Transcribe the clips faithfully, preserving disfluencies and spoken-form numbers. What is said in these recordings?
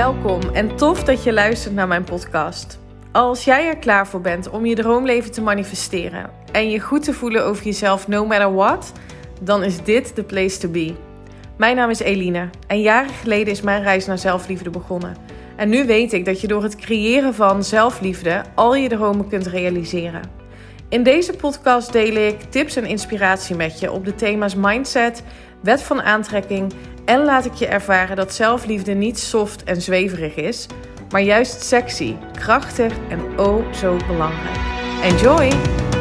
Welkom en tof dat je luistert naar mijn podcast. Als jij er klaar voor bent om je droomleven te manifesteren en je goed te voelen over jezelf no matter what, dan is dit the place to be. Mijn naam is Eline en jaren geleden is mijn reis naar zelfliefde begonnen. En nu weet ik dat je door het creëren van zelfliefde al je dromen kunt realiseren. In deze podcast deel ik tips en inspiratie met je op de thema's mindset, wet van aantrekking en laat ik je ervaren dat zelfliefde niet soft en zweverig is, maar juist sexy, krachtig en oh zo belangrijk. Enjoy!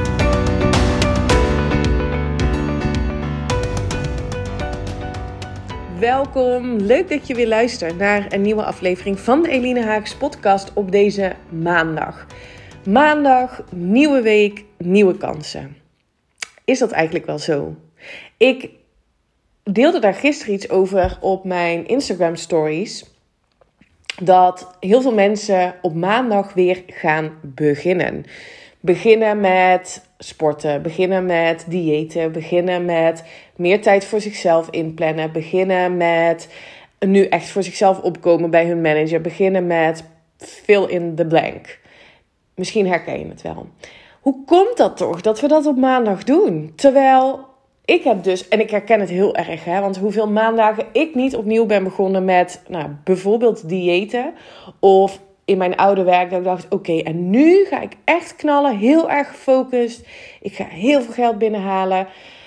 Welkom, leuk dat je weer luistert naar een nieuwe aflevering van de Eline Haaks podcast op deze maandag. Maandag, nieuwe week, nieuwe kansen. Is dat eigenlijk wel zo? Ik deelde daar gisteren iets over op mijn Instagram stories. Dat heel veel mensen op maandag weer gaan beginnen. Beginnen met sporten, beginnen met diëten, beginnen met meer tijd voor zichzelf inplannen. Beginnen met nu echt voor zichzelf opkomen bij hun manager. Beginnen met fill in the blank. Misschien herken je het wel. Hoe komt dat toch dat we dat op maandag doen? Terwijl ik heb dus, en ik herken het heel erg, hè, want hoeveel maandagen ik niet opnieuw ben begonnen met nou, bijvoorbeeld diëten. Of in mijn oude werk dat ik dacht, oké, okay, en nu ga ik echt knallen, heel erg gefocust. Ik ga heel veel geld binnenhalen.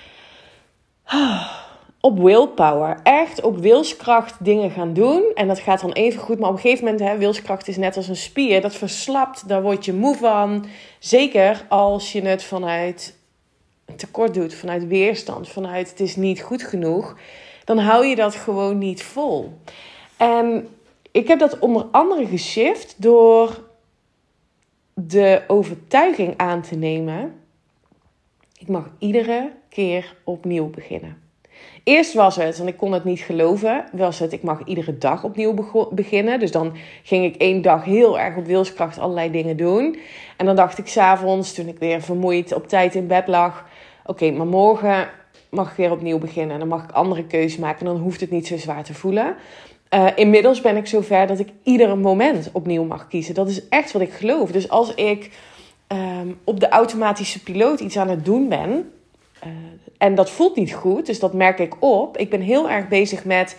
Op willpower, echt op wilskracht dingen gaan doen. En dat gaat dan even goed, maar op een gegeven moment, hè, wilskracht is net als een spier. Dat verslapt, daar word je moe van. Zeker als je het vanuit tekort doet, vanuit weerstand, vanuit het is niet goed genoeg. Dan hou je dat gewoon niet vol. En ik heb dat onder andere geshift door de overtuiging aan te nemen. Ik mag iedere keer opnieuw beginnen. Eerst was het, want ik kon het niet geloven, was het ik mag iedere dag opnieuw bego- beginnen. Dus dan ging ik één dag heel erg op wilskracht allerlei dingen doen. En dan dacht ik 's avonds, toen ik weer vermoeid op tijd in bed lag, oké, okay, maar morgen mag ik weer opnieuw beginnen. En dan mag ik andere keuzes maken en dan hoeft het niet zo zwaar te voelen. Uh, inmiddels ben ik zover dat ik ieder moment opnieuw mag kiezen. Dat is echt wat ik geloof. Dus als ik um, op de automatische piloot iets aan het doen ben, Uh, en dat voelt niet goed, dus dat merk ik op. Ik ben heel erg bezig met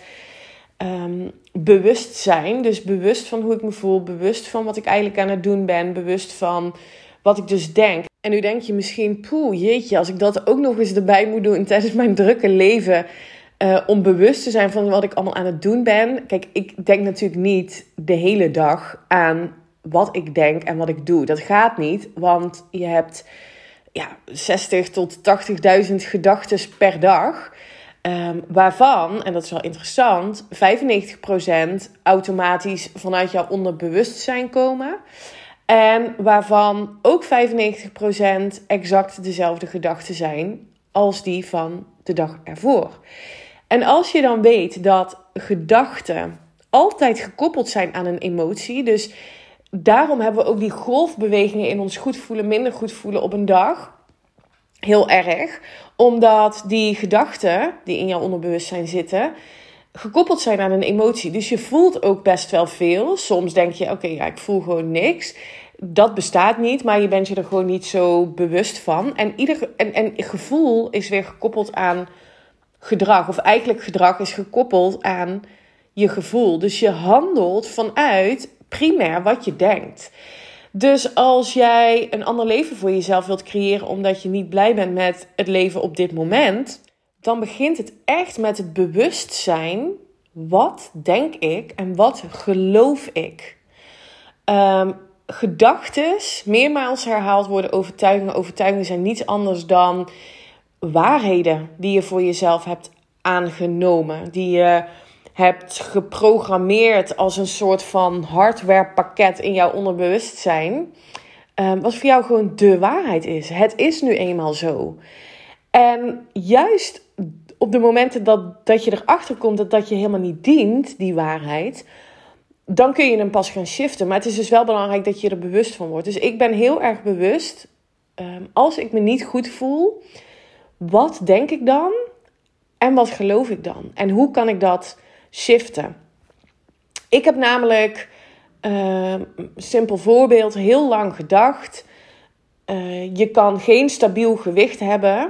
um, bewustzijn. Dus bewust van hoe ik me voel. Bewust van wat ik eigenlijk aan het doen ben. Bewust van wat ik dus denk. En nu denk je misschien, poeh, jeetje, als ik dat ook nog eens erbij moet doen tijdens mijn drukke leven. Uh, om bewust te zijn van wat ik allemaal aan het doen ben. Kijk, ik denk natuurlijk niet de hele dag aan wat ik denk en wat ik doe. Dat gaat niet, want je hebt ja, zestig tot tachtigduizend gedachten per dag. Um, waarvan, en dat is wel interessant, vijfennegentig procent automatisch vanuit jouw onderbewustzijn komen. En waarvan ook vijfennegentig procent exact dezelfde gedachten zijn als die van de dag ervoor. En als je dan weet dat gedachten altijd gekoppeld zijn aan een emotie, dus daarom hebben we ook die golfbewegingen in ons goed voelen, minder goed voelen op een dag. Heel erg. Omdat die gedachten die in jouw onderbewustzijn zitten, gekoppeld zijn aan een emotie. Dus je voelt ook best wel veel. Soms denk je, oké, okay, ja, ik voel gewoon niks. Dat bestaat niet, maar je bent je er gewoon niet zo bewust van. En, ieder, en, en gevoel is weer gekoppeld aan gedrag. Of eigenlijk gedrag is gekoppeld aan je gevoel. Dus je handelt vanuit primair wat je denkt. Dus als jij een ander leven voor jezelf wilt creëren omdat je niet blij bent met het leven op dit moment, dan begint het echt met het bewustzijn. Wat denk ik en wat geloof ik? Um, gedachtes, meermaals herhaald worden, overtuigingen. Overtuigingen zijn niets anders dan waarheden die je voor jezelf hebt aangenomen. Die je hebt geprogrammeerd als een soort van hardwarepakket in jouw onderbewustzijn. Um, wat voor jou gewoon de waarheid is. Het is nu eenmaal zo. En juist op de momenten dat, dat je erachter komt dat dat je helemaal niet dient, die waarheid, dan kun je hem pas gaan shiften. Maar het is dus wel belangrijk dat je er bewust van wordt. Dus ik ben heel erg bewust, um, als ik me niet goed voel, wat denk ik dan en wat geloof ik dan? En hoe kan ik dat shiften? Ik heb namelijk, uh, simpel voorbeeld, heel lang gedacht, uh, je kan geen stabiel gewicht hebben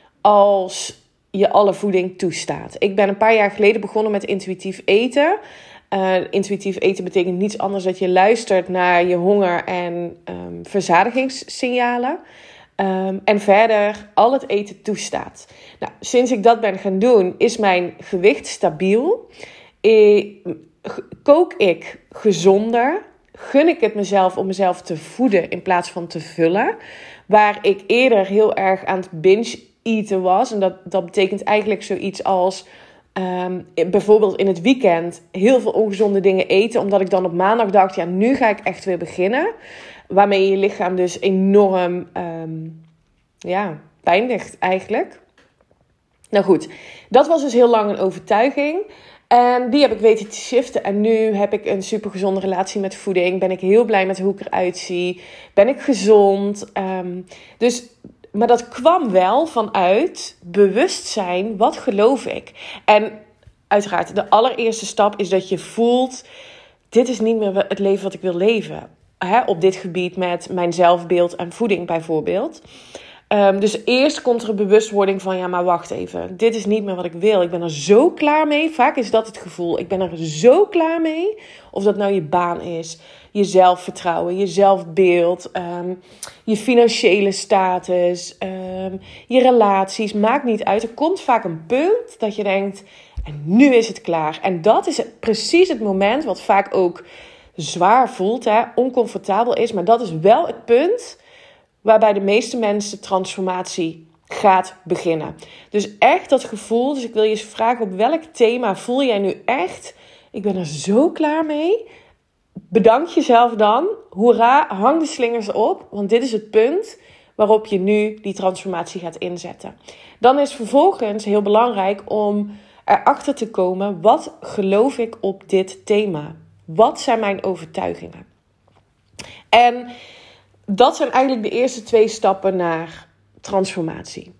als je alle voeding toestaat. Ik ben een paar jaar geleden begonnen met intuïtief eten. Uh, intuïtief eten betekent niets anders dat je luistert naar je honger en um, verzadigingssignalen. Um, en verder al het eten toestaat. Nou, sinds ik dat ben gaan doen, is mijn gewicht stabiel. Ik, kook ik gezonder. Gun ik het mezelf om mezelf te voeden in plaats van te vullen. Waar ik eerder heel erg aan het binge-eten was. En dat, dat betekent eigenlijk zoiets als Um, bijvoorbeeld in het weekend heel veel ongezonde dingen eten. Omdat ik dan op maandag dacht, ja, nu ga ik echt weer beginnen. Waarmee je lichaam dus enorm um, ja, pijnigt eigenlijk. Nou goed, dat was dus heel lang een overtuiging. En die heb ik weten te shiften. En nu heb ik een supergezonde relatie met voeding. Ben ik heel blij met hoe ik eruit zie. Ben ik gezond. Um, dus... Maar dat kwam wel vanuit bewustzijn, wat geloof ik? En uiteraard, de allereerste stap is dat je voelt, dit is niet meer het leven wat ik wil leven. Hè, op dit gebied met mijn zelfbeeld en voeding bijvoorbeeld. Um, dus eerst komt er een bewustwording van, ja, maar wacht even. Dit is niet meer wat ik wil. Ik ben er zo klaar mee. Vaak is dat het gevoel. Ik ben er zo klaar mee. Of dat nou je baan is, je zelfvertrouwen, je zelfbeeld, um, je financiële status, um, je relaties. Maakt niet uit. Er komt vaak een punt dat je denkt, en nu is het klaar. En dat is precies het moment wat vaak ook zwaar voelt, hè, oncomfortabel is. Maar dat is wel het punt waarbij de meeste mensen transformatie gaat beginnen. Dus echt dat gevoel. Dus ik wil je eens vragen, op welk thema voel jij nu echt, ik ben er zo klaar mee. Bedank jezelf dan. Hoera, hang de slingers op. Want dit is het punt waarop je nu die transformatie gaat inzetten. Dan is vervolgens heel belangrijk om erachter te komen, wat geloof ik op dit thema? Wat zijn mijn overtuigingen? En dat zijn eigenlijk de eerste twee stappen naar transformatie.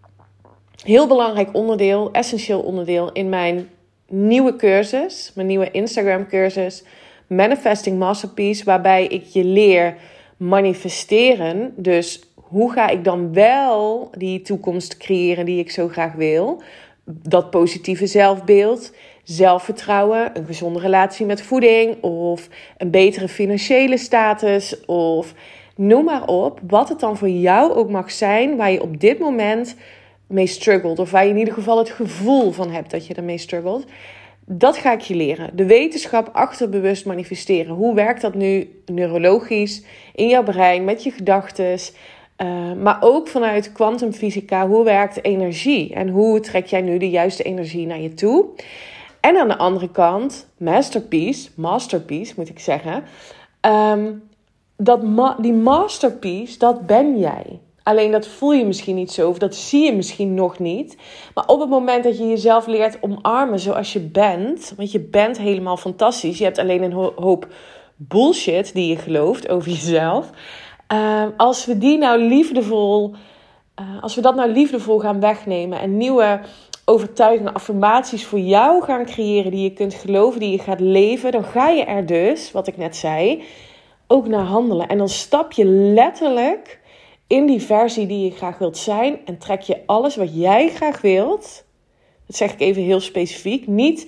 Heel belangrijk onderdeel, essentieel onderdeel in mijn nieuwe cursus, mijn nieuwe Instagram cursus, Manifesting Masterpiece, waarbij ik je leer manifesteren. Dus hoe ga ik dan wel die toekomst creëren die ik zo graag wil? Dat positieve zelfbeeld, zelfvertrouwen, een gezonde relatie met voeding of een betere financiële status of noem maar op, wat het dan voor jou ook mag zijn waar je op dit moment mee struggelt. Of waar je in ieder geval het gevoel van hebt dat je ermee struggelt. Dat ga ik je leren. De wetenschap achter bewust manifesteren. Hoe werkt dat nu neurologisch in jouw brein, met je gedachten. Uh, maar ook vanuit kwantumfysica. Hoe werkt energie? En hoe trek jij nu de juiste energie naar je toe? En aan de andere kant, masterpiece, masterpiece moet ik zeggen. Um, dat ma- die masterpiece, dat ben jij. Alleen dat voel je misschien niet zo, of dat zie je misschien nog niet. Maar op het moment dat je jezelf leert omarmen zoals je bent, want je bent helemaal fantastisch. Je hebt alleen een ho- hoop bullshit die je gelooft over jezelf. Uh, als we die nou liefdevol, uh, als we dat nou liefdevol gaan wegnemen en nieuwe overtuigingen, affirmaties voor jou gaan creëren die je kunt geloven, die je gaat leven, dan ga je er dus, wat ik net zei, ook naar handelen. En dan stap je letterlijk in die versie die je graag wilt zijn en trek je alles wat jij graag wilt. Dat zeg ik even heel specifiek. Niet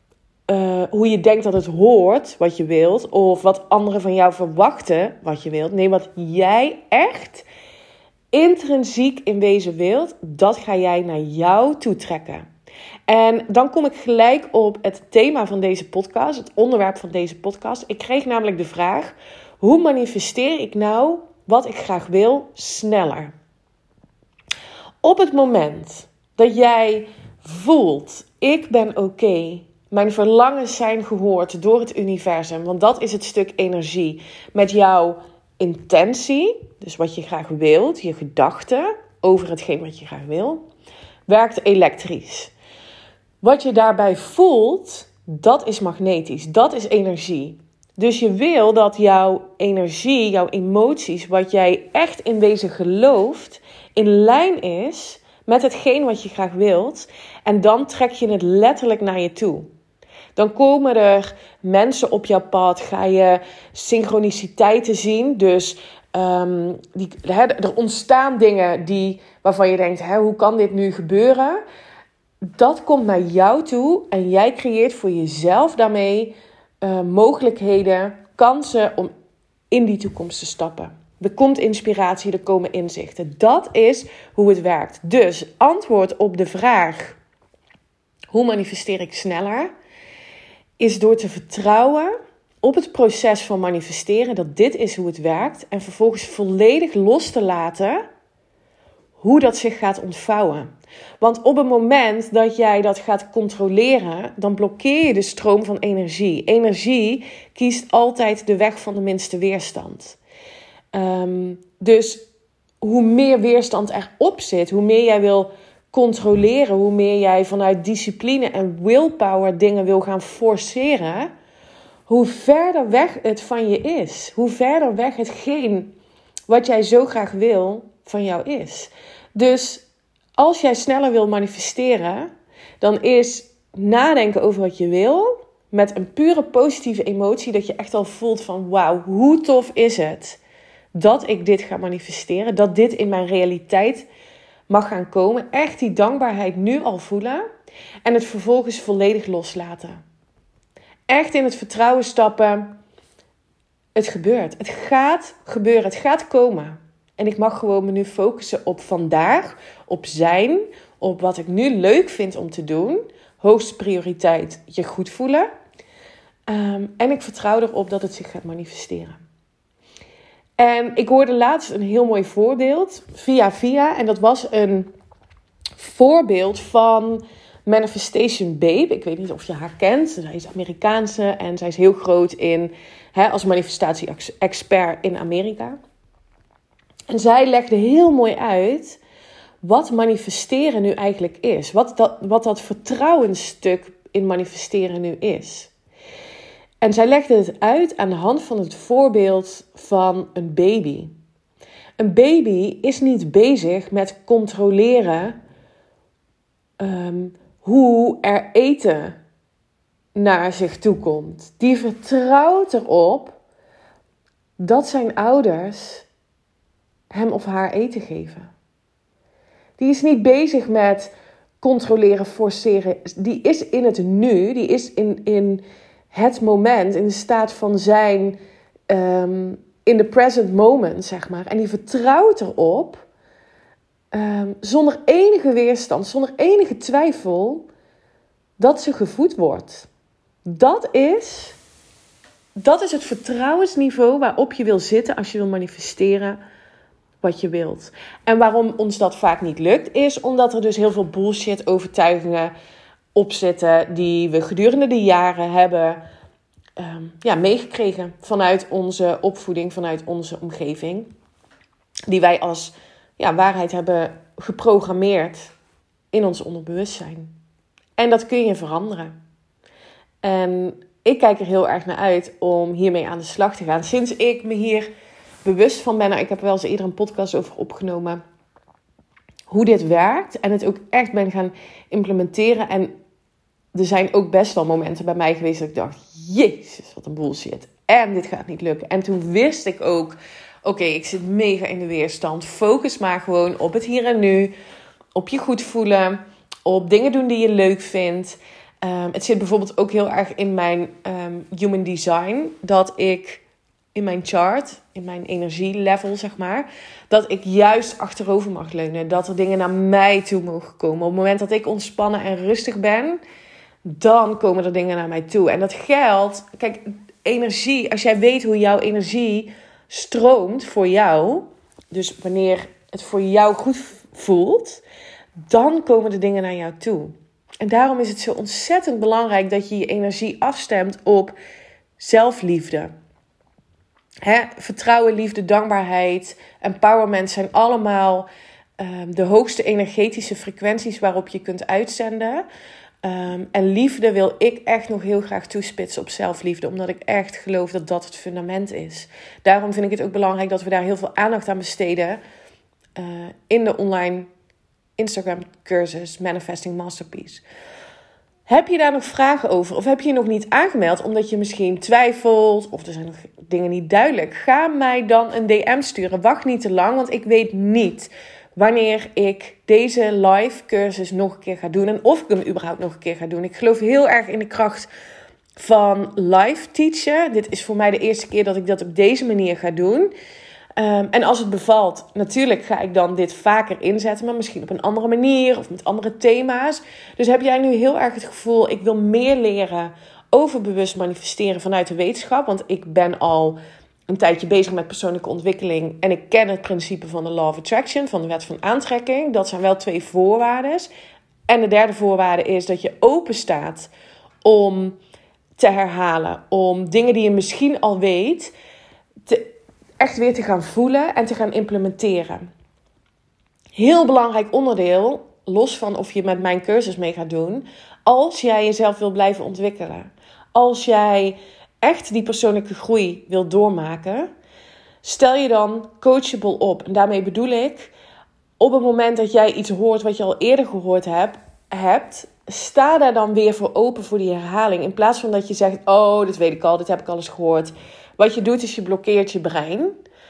uh, hoe je denkt dat het hoort wat je wilt of wat anderen van jou verwachten wat je wilt. Nee, wat jij echt intrinsiek in wezen wilt, dat ga jij naar jou toe trekken. En dan kom ik gelijk op het thema van deze podcast, het onderwerp van deze podcast. Ik kreeg namelijk de vraag, hoe manifesteer ik nou wat ik graag wil sneller? Op het moment dat jij voelt, ik ben oké, okay, mijn verlangens zijn gehoord door het universum, want dat is het stuk energie, met jouw intentie, dus wat je graag wilt, je gedachten over hetgeen wat je graag wil, werkt elektrisch. Wat je daarbij voelt, dat is magnetisch, dat is energie. Dus je wil dat jouw energie, jouw emoties, wat jij echt in wezen gelooft, in lijn is met hetgeen wat je graag wilt. En dan trek je het letterlijk naar je toe. Dan komen er mensen op jouw pad. Ga je synchroniciteiten zien. Dus um, die, hè, er ontstaan dingen die, waarvan je denkt, hè, hoe kan dit nu gebeuren? Dat komt naar jou toe en jij creëert voor jezelf daarmee uh, mogelijkheden, kansen om in die toekomst te stappen. Er komt inspiratie, er komen inzichten. Dat is hoe het werkt. Dus antwoord op de vraag, hoe manifesteer ik sneller? Is door te vertrouwen op het proces van manifesteren, dat dit is hoe het werkt. En vervolgens volledig los te laten hoe dat zich gaat ontvouwen. Want op het moment dat jij dat gaat controleren, dan blokkeer je de stroom van energie. Energie kiest altijd de weg van de minste weerstand. Um, dus hoe meer weerstand erop zit, hoe meer jij wil controleren, hoe meer jij vanuit discipline en willpower dingen wil gaan forceren, hoe verder weg het van je is. Hoe verder weg hetgeen wat jij zo graag wil van jou is. Dus als jij sneller wil manifesteren, dan is nadenken over wat je wil met een pure positieve emotie, dat je echt al voelt van wauw, hoe tof is het dat ik dit ga manifesteren, dat dit in mijn realiteit mag gaan komen. Echt die dankbaarheid nu al voelen en het vervolgens volledig loslaten. Echt in het vertrouwen stappen. Het gebeurt. Het gaat gebeuren. Het gaat komen. En ik mag gewoon me nu focussen op vandaag, op zijn, op wat ik nu leuk vind om te doen. Hoogste prioriteit, je goed voelen. Um, en ik vertrouw erop dat het zich gaat manifesteren. En ik hoorde laatst een heel mooi voorbeeld, via via. En dat was een voorbeeld van Manifestation Babe. Ik weet niet of je haar kent. Zij is Amerikaanse en zij is heel groot in, hè, als manifestatie-expert in Amerika. En zij legde heel mooi uit wat manifesteren nu eigenlijk is. Wat dat, wat dat vertrouwensstuk in manifesteren nu is. En zij legde het uit aan de hand van het voorbeeld van een baby. Een baby is niet bezig met controleren um, hoe er eten naar zich toe komt. Die vertrouwt erop dat zijn ouders hem of haar eten geven. Die is niet bezig met controleren, forceren. Die is in het nu, die is in, in het moment, in de staat van zijn, um, in the present moment, zeg maar. En die vertrouwt erop, um, zonder enige weerstand, zonder enige twijfel, dat ze gevoed wordt. Dat is, dat is het vertrouwensniveau waarop je wil zitten als je wil manifesteren wat je wilt. En waarom ons dat vaak niet lukt, is omdat er dus heel veel bullshit overtuigingen op zitten die we gedurende de jaren hebben um, ja, meegekregen vanuit onze opvoeding, vanuit onze omgeving. Die wij als ja, waarheid hebben geprogrammeerd in ons onderbewustzijn. En dat kun je veranderen. En ik kijk er heel erg naar uit om hiermee aan de slag te gaan. Sinds ik me hier bewust van ben, ik heb er wel eens eerder een podcast over opgenomen, hoe dit werkt en het ook echt ben gaan implementeren. En er zijn ook best wel momenten bij mij geweest dat ik dacht, jezus, wat een bullshit. En dit gaat niet lukken. En toen wist ik ook, oké, okay, ik zit mega in de weerstand. Focus maar gewoon op het hier en nu, op je goed voelen, op dingen doen die je leuk vindt. Um, het zit bijvoorbeeld ook heel erg in mijn um, human design, dat ik in mijn chart, in mijn energielevel, zeg maar, dat ik juist achterover mag leunen. Dat er dingen naar mij toe mogen komen. Op het moment dat ik ontspannen en rustig ben, dan komen er dingen naar mij toe. En dat geldt, kijk, energie, als jij weet hoe jouw energie stroomt voor jou, dus wanneer het voor jou goed voelt, dan komen de dingen naar jou toe. En daarom is het zo ontzettend belangrijk dat je je energie afstemt op zelfliefde. Hè? Vertrouwen, liefde, dankbaarheid, empowerment zijn allemaal um, de hoogste energetische frequenties waarop je kunt uitzenden. Um, en liefde wil ik echt nog heel graag toespitsen op zelfliefde, omdat ik echt geloof dat dat het fundament is. Daarom vind ik het ook belangrijk dat we daar heel veel aandacht aan besteden uh, in de online Instagram cursus Manifesting Masterpiece. Heb je daar nog vragen over? Of heb je je nog niet aangemeld omdat je misschien twijfelt? Of er zijn nog dingen niet duidelijk? Ga mij dan een D M sturen. Wacht niet te lang, want ik weet niet wanneer ik deze live cursus nog een keer ga doen. En of ik hem überhaupt nog een keer ga doen. Ik geloof heel erg in de kracht van live teachen. Dit is voor mij de eerste keer dat ik dat op deze manier ga doen. Um, en als het bevalt, natuurlijk ga ik dan dit vaker inzetten, maar misschien op een andere manier of met andere thema's. Dus heb jij nu heel erg het gevoel, ik wil meer leren over bewust manifesteren vanuit de wetenschap. Want ik ben al een tijdje bezig met persoonlijke ontwikkeling en ik ken het principe van de Law of Attraction, van de wet van aantrekking. Dat zijn wel twee voorwaarden. En de derde voorwaarde is dat je open staat om te herhalen, om dingen die je misschien al weet te echt weer te gaan voelen en te gaan implementeren. Heel belangrijk onderdeel, los van of je met mijn cursus mee gaat doen, als jij jezelf wil blijven ontwikkelen. Als jij echt die persoonlijke groei wil doormaken, stel je dan coachable op. En daarmee bedoel ik, op het moment dat jij iets hoort wat je al eerder gehoord hebt, hebt sta daar dan weer voor open voor die herhaling. In plaats van dat je zegt, oh, dit weet ik al, dit heb ik al eens gehoord. Wat je doet is je blokkeert je brein.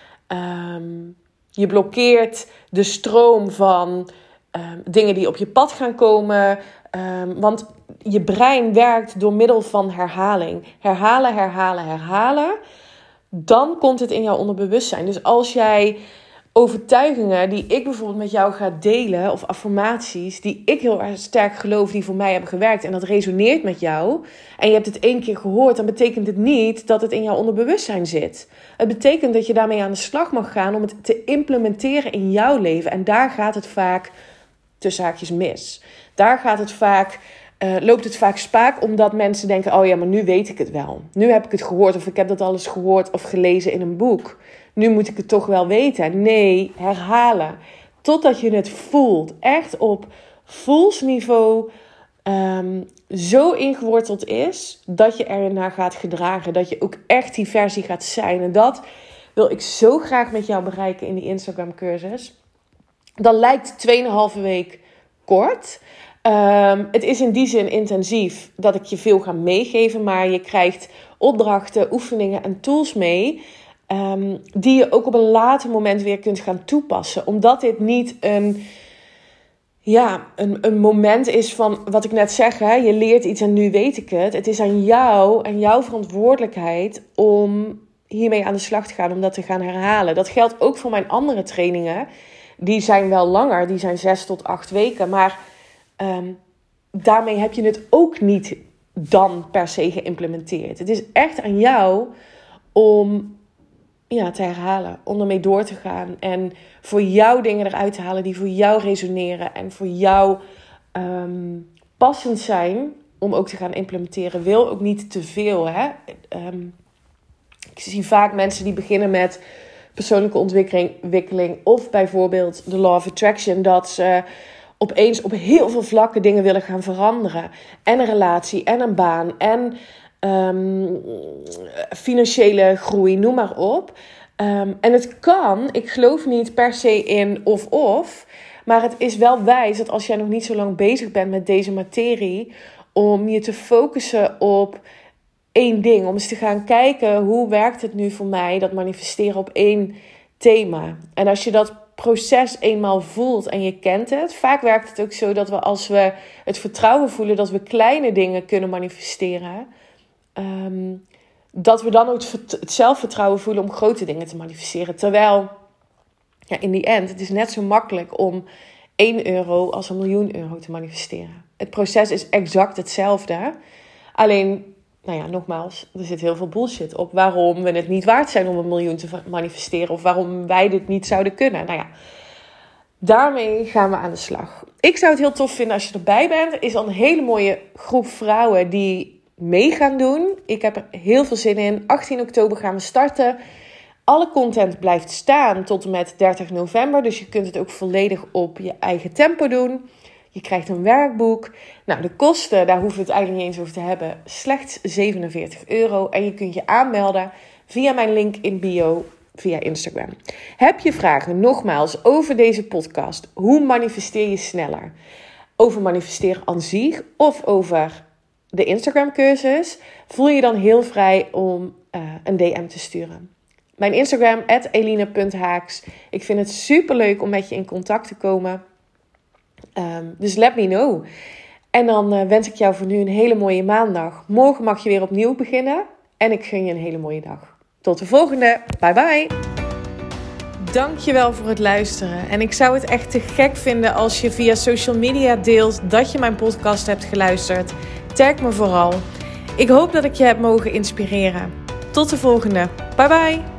Um, je blokkeert de stroom van um, dingen die op je pad gaan komen. Um, want je brein werkt door middel van herhaling. Herhalen, herhalen, herhalen. Dan komt het in jouw onderbewustzijn. Dus als jij overtuigingen die ik bijvoorbeeld met jou ga delen, of affirmaties die ik heel erg sterk geloof, die voor mij hebben gewerkt en dat resoneert met jou, en je hebt het één keer gehoord, dan betekent het niet dat het in jouw onderbewustzijn zit. Het betekent dat je daarmee aan de slag mag gaan om het te implementeren in jouw leven. En daar gaat het vaak tussen haakjes mis. Daar gaat het vaak, uh, loopt het vaak spaak, omdat mensen denken, oh ja, maar nu weet ik het wel. Nu heb ik het gehoord, of ik heb dat alles gehoord of gelezen in een boek. Nu moet ik het toch wel weten. Nee, herhalen. Totdat je het voelt. Echt op voelsniveau um, zo ingeworteld is dat je ernaar gaat gedragen. Dat je ook echt die versie gaat zijn. En dat wil ik zo graag met jou bereiken in die Instagram cursus. Dan lijkt twee en een halve week kort. Um, het is in die zin intensief dat ik je veel ga meegeven. Maar je krijgt opdrachten, oefeningen en tools mee. Um, die je ook op een later moment weer kunt gaan toepassen. Omdat dit niet een, ja, een, een moment is van wat ik net zeg. Hè, je leert iets en nu weet ik het. Het is aan jou en jouw verantwoordelijkheid om hiermee aan de slag te gaan. Om dat te gaan herhalen. Dat geldt ook voor mijn andere trainingen. Die zijn wel langer. Die zijn zes tot acht weken. Maar um, daarmee heb je het ook niet dan per se geïmplementeerd. Het is echt aan jou om ja, te herhalen, om ermee door te gaan en voor jou dingen eruit te halen die voor jou resoneren en voor jou um, passend zijn om ook te gaan implementeren. Wil ook niet te veel. Hè? Um, ik zie vaak mensen die beginnen met persoonlijke ontwikkeling of bijvoorbeeld de Law of Attraction, dat ze opeens op heel veel vlakken dingen willen gaan veranderen. En een relatie en een baan en Um, financiële groei, noem maar op. Um, en het kan, ik geloof niet per se in of-of, maar het is wel wijs dat als jij nog niet zo lang bezig bent met deze materie, om je te focussen op één ding. Om eens te gaan kijken, hoe werkt het nu voor mij, dat manifesteren op één thema. En als je dat proces eenmaal voelt en je kent het, vaak werkt het ook zo dat we als we het vertrouwen voelen dat we kleine dingen kunnen manifesteren, Um, dat we dan ook het zelfvertrouwen voelen om grote dingen te manifesteren. Terwijl, ja, in die end, het is net zo makkelijk om één euro als een miljoen euro te manifesteren. Het proces is exact hetzelfde. Alleen, nou ja, nogmaals, er zit heel veel bullshit op waarom we het niet waard zijn om een miljoen te manifesteren. Of waarom wij dit niet zouden kunnen. Nou ja, daarmee gaan we aan de slag. Ik zou het heel tof vinden als je erbij bent. Er is al een hele mooie groep vrouwen die mee gaan doen. Ik heb er heel veel zin in. achttien oktober gaan we starten. Alle content blijft staan tot en met dertig november. Dus je kunt het ook volledig op je eigen tempo doen. Je krijgt een werkboek. Nou, de kosten, daar hoeven we het eigenlijk niet eens over te hebben. Slechts zevenenveertig euro. En je kunt je aanmelden via mijn link in bio via Instagram. Heb je vragen, nogmaals, over deze podcast? Hoe manifesteer je sneller? Over manifesteren aan zich of over de Instagram cursus, voel je dan heel vrij om uh, een D M te sturen. Mijn Instagram, at eline punt haaks. Ik vind het super leuk om met je in contact te komen. Um, dus let me know. En dan uh, wens ik jou voor nu een hele mooie maandag. Morgen mag je weer opnieuw beginnen. En ik gun je een hele mooie dag. Tot de volgende. Bye bye. Dankjewel voor het luisteren. En ik zou het echt te gek vinden als je via social media deelt dat je mijn podcast hebt geluisterd. Tag me vooral. Ik hoop dat ik je heb mogen inspireren. Tot de volgende. Bye bye.